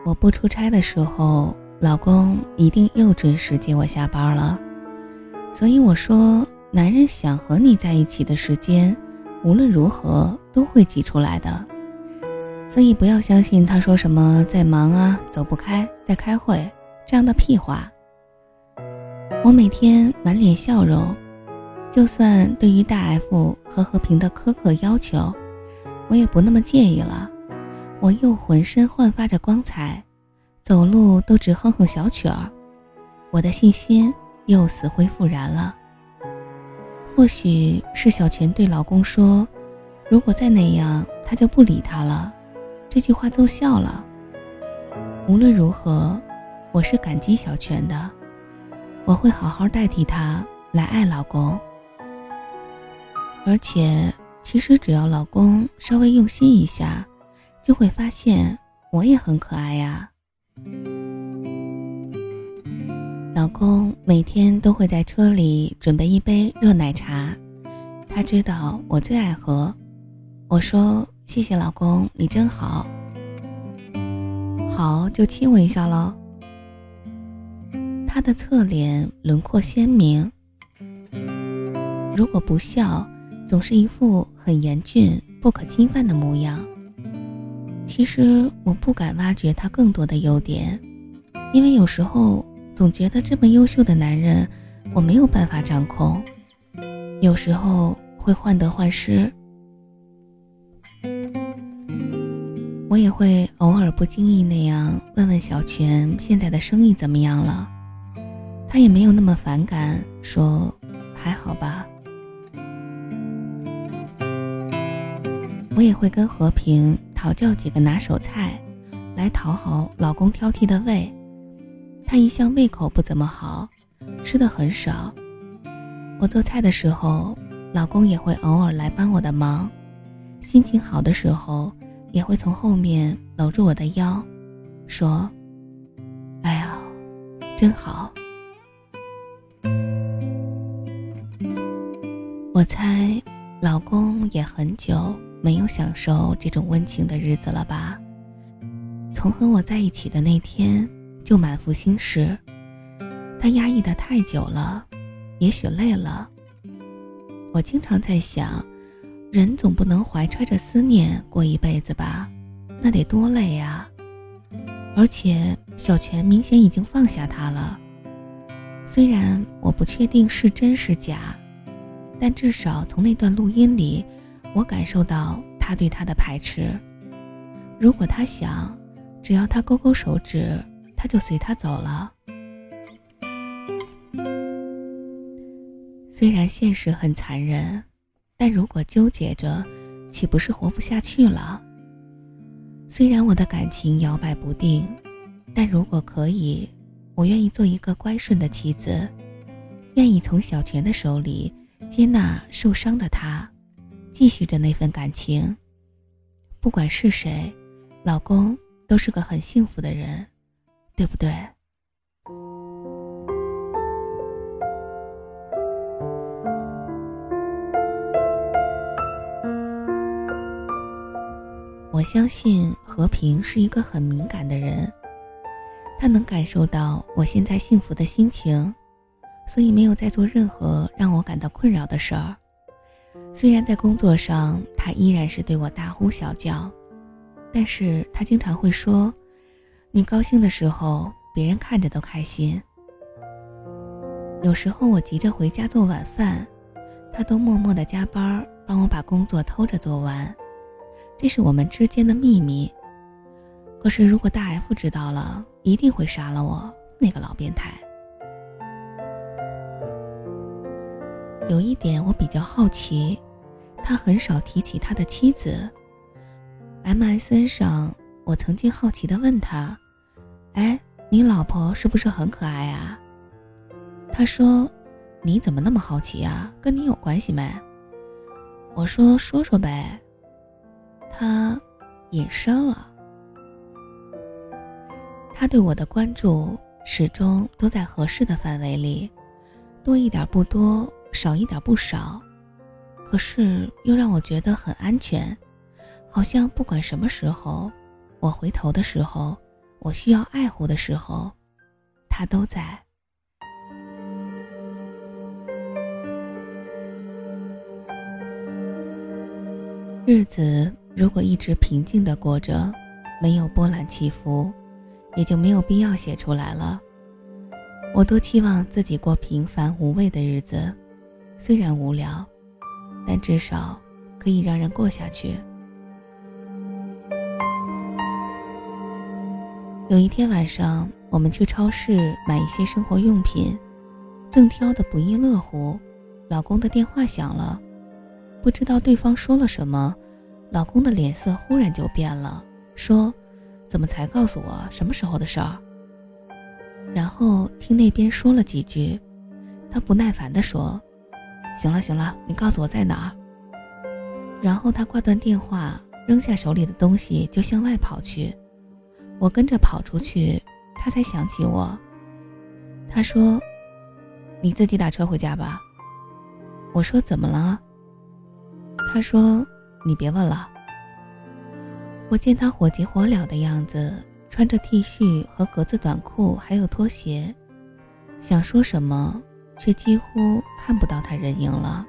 我不出差的时候，老公一定又准时接我下班了。所以我说，男人想和你在一起的时间，无论如何都会挤出来的。所以不要相信他说什么在忙啊，走不开，在开会这样的屁话。我每天满脸笑容，就算对于大 F 和和平的苛刻要求，我也不那么介意了。我又浑身焕发着光彩，走路都直哼哼小曲儿，我的信心又死灰复燃了。或许是小泉对老公说，如果再那样，他就不理他了，这句话奏效了。无论如何，我是感激小泉的，我会好好代替他来爱老公。而且，其实只要老公稍微用心一下，就会发现我也很可爱呀。老公每天都会在车里准备一杯热奶茶，他知道我最爱喝。我说谢谢老公，你真好。好，就亲我一下咯。他的侧脸轮廓鲜明，如果不笑，总是一副很严峻不可侵犯的模样。其实我不敢挖掘他更多的优点，因为有时候总觉得这么优秀的男人我没有办法掌控，有时候会患得患失。我也会偶尔不经意那样问问小泉现在的生意怎么样了，他也没有那么反感，说还好吧。我也会跟和平讨教几个拿手菜，来讨好老公挑剔的胃。他一向胃口不怎么好，吃的很少。我做菜的时候，老公也会偶尔来帮我的忙，心情好的时候也会从后面搂住我的腰，说哎呀真好。我猜老公也很久没有享受这种温情的日子了吧。从和我在一起的那天就满腹心事，他压抑得太久了，也许累了。我经常在想，人总不能怀揣着思念过一辈子吧，那得多累啊。而且小泉明显已经放下他了，虽然我不确定是真是假，但至少从那段录音里，我感受到他对他的排斥。如果他想，只要他勾勾手指，他就随他走了。虽然现实很残忍，但如果纠结着，岂不是活不下去了？虽然我的感情摇摆不定，但如果可以，我愿意做一个乖顺的妻子，愿意从小泉的手里接纳受伤的他，继续着那份感情。不管是谁，老公都是个很幸福的人，对不对？我相信和平是一个很敏感的人，他能感受到我现在幸福的心情，所以没有再做任何让我感到困扰的事儿。虽然在工作上他依然是对我大呼小叫，但是他经常会说，你高兴的时候别人看着都开心。有时候我急着回家做晚饭，他都默默地加班帮我把工作偷着做完，这是我们之间的秘密。可是如果大 F 知道了，一定会杀了我，那个老变态。有一点我比较好奇，他很少提起他的妻子。MSN 上我曾经好奇地问他，哎，你老婆是不是很可爱啊？他说，你怎么那么好奇啊，跟你有关系没？我说说说呗。他隐身了。他对我的关注始终都在合适的范围里，多一点不多，少一点不少，可是又让我觉得很安全，好像不管什么时候，我回头的时候， 我需要爱护的时候，他都在。日子如果一直平静地过着，没有波澜起伏，也就没有必要写出来了。我多期望自己过平凡无味的日子，虽然无聊，但至少可以让人过下去。有一天晚上，我们去超市买一些生活用品，正挑得不亦乐乎，老公的电话响了。不知道对方说了什么，老公的脸色忽然就变了，说怎么才告诉我什么时候的事儿？然后听那边说了几句，他不耐烦地说，行了行了，你告诉我在哪儿。然后他挂断电话，扔下手里的东西就向外跑去。我跟着跑出去，他才想起我。他说，你自己打车回家吧。我说怎么了？他说你别问了。我见他火急火燎的样子，穿着 T 恤和格子短裤还有拖鞋，想说什么却几乎看不到他人影了。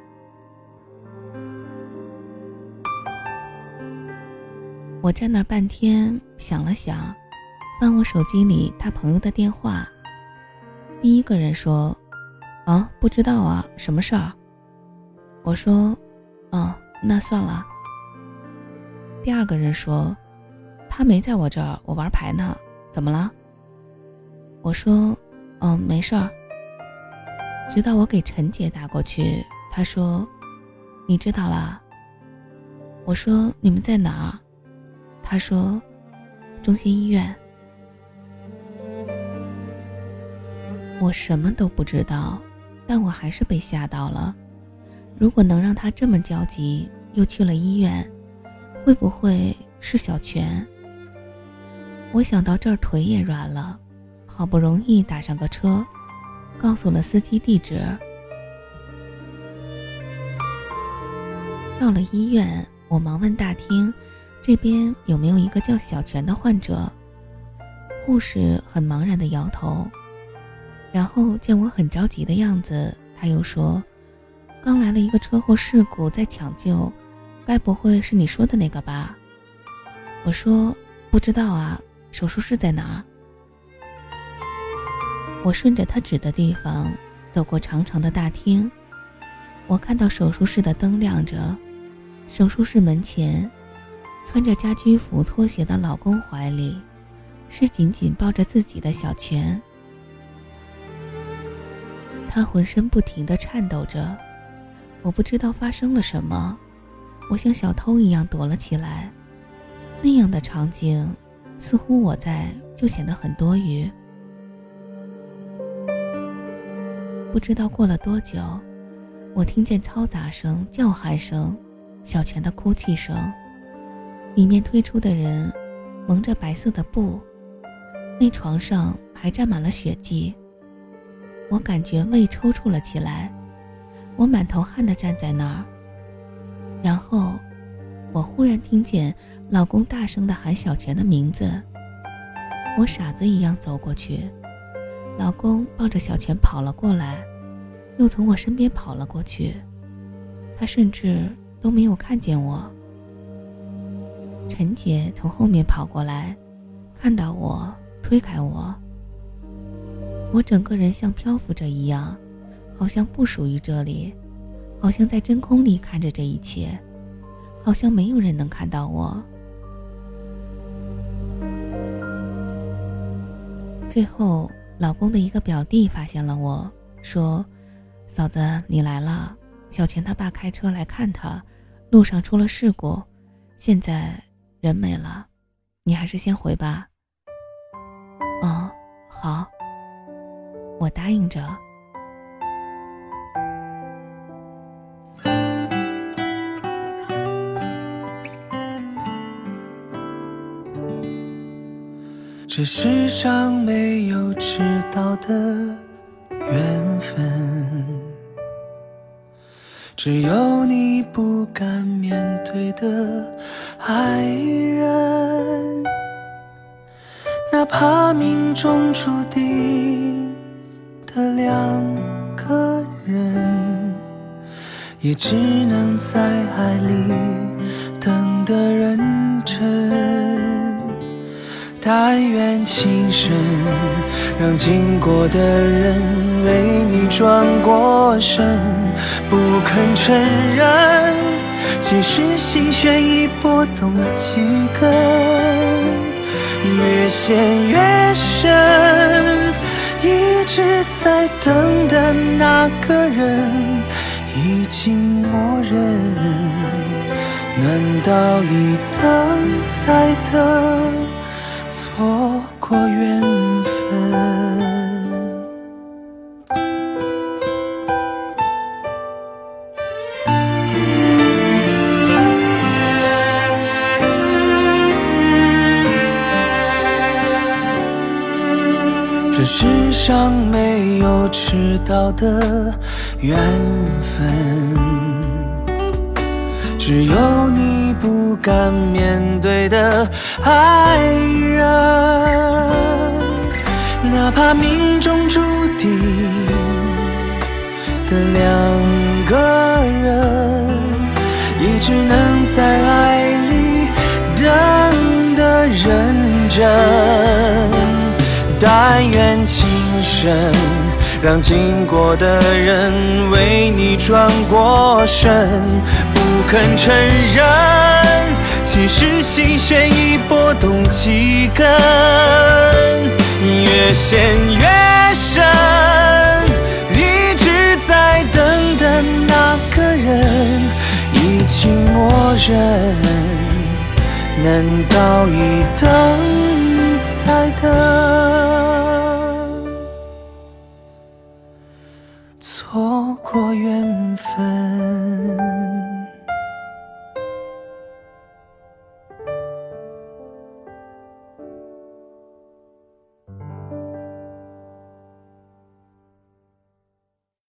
我站那儿半天，想了想，翻我手机里他朋友的电话。第一个人说，不知道啊，什么事儿？我说，那算了。第二个人说，他没在我这儿，我玩牌呢，怎么了？我说，没事儿。直到我给陈姐打过去，她说，你知道了？我说，你们在哪儿？她说，中心医院。我什么都不知道，但我还是被吓到了。如果能让他这么焦急，又去了医院，会不会是小泉？我想到这儿腿也软了，好不容易打上个车，告诉了司机地址。到了医院，我忙问大厅这边有没有一个叫小泉的患者。护士很茫然地摇头，然后见我很着急的样子，他又说，刚来了一个车祸事故在抢救，该不会是你说的那个吧？我说，不知道啊，手术室在哪儿？我顺着他指的地方走过长长的大厅，我看到手术室的灯亮着，手术室门前穿着家居服拖鞋的老公怀里是紧紧抱着自己的小泉，他浑身不停地颤抖着。我不知道发生了什么，我像小偷一样躲了起来。那样的场景，似乎我在就显得很多余。不知道过了多久，我听见嘈杂声、叫喊声，小泉的哭泣声。里面推出的人蒙着白色的布，那床上还沾满了血迹。我感觉胃抽搐了起来，我满头汗地站在那儿。然后我忽然听见老公大声地喊小泉的名字，我傻子一样走过去，老公抱着小泉跑了过来，又从我身边跑了过去，他甚至都没有看见我。陈姐从后面跑过来，看到我推开我，我整个人像漂浮着一样，好像不属于这里，好像在真空里看着这一切，好像没有人能看到我。最后老公的一个表弟发现了我，说，嫂子你来了，小泉他爸开车来看他，路上出了事故，现在人没了，你还是先回吧。好，我答应着。 这世上没有迟到的缘分，只有你不敢面对的爱人。 哪怕命中注定的两个人，也只能在爱里等得认真。但愿情深，让经过的人为你转过身，不肯承认，其实心弦已拨动几根，越陷越深，一直在等的那个人已经默认，难道一等再等，错过缘分？这世上没有迟到的缘分，只有你不敢面对的爱人。哪怕命中注定的两个人，也只能在爱里等得认真。但愿情深，让经过的人为你转过身，不肯承认，其实心弦已拨动几根，越陷越深，一直在等的那个人已经默认，难道一等再等，错过缘分？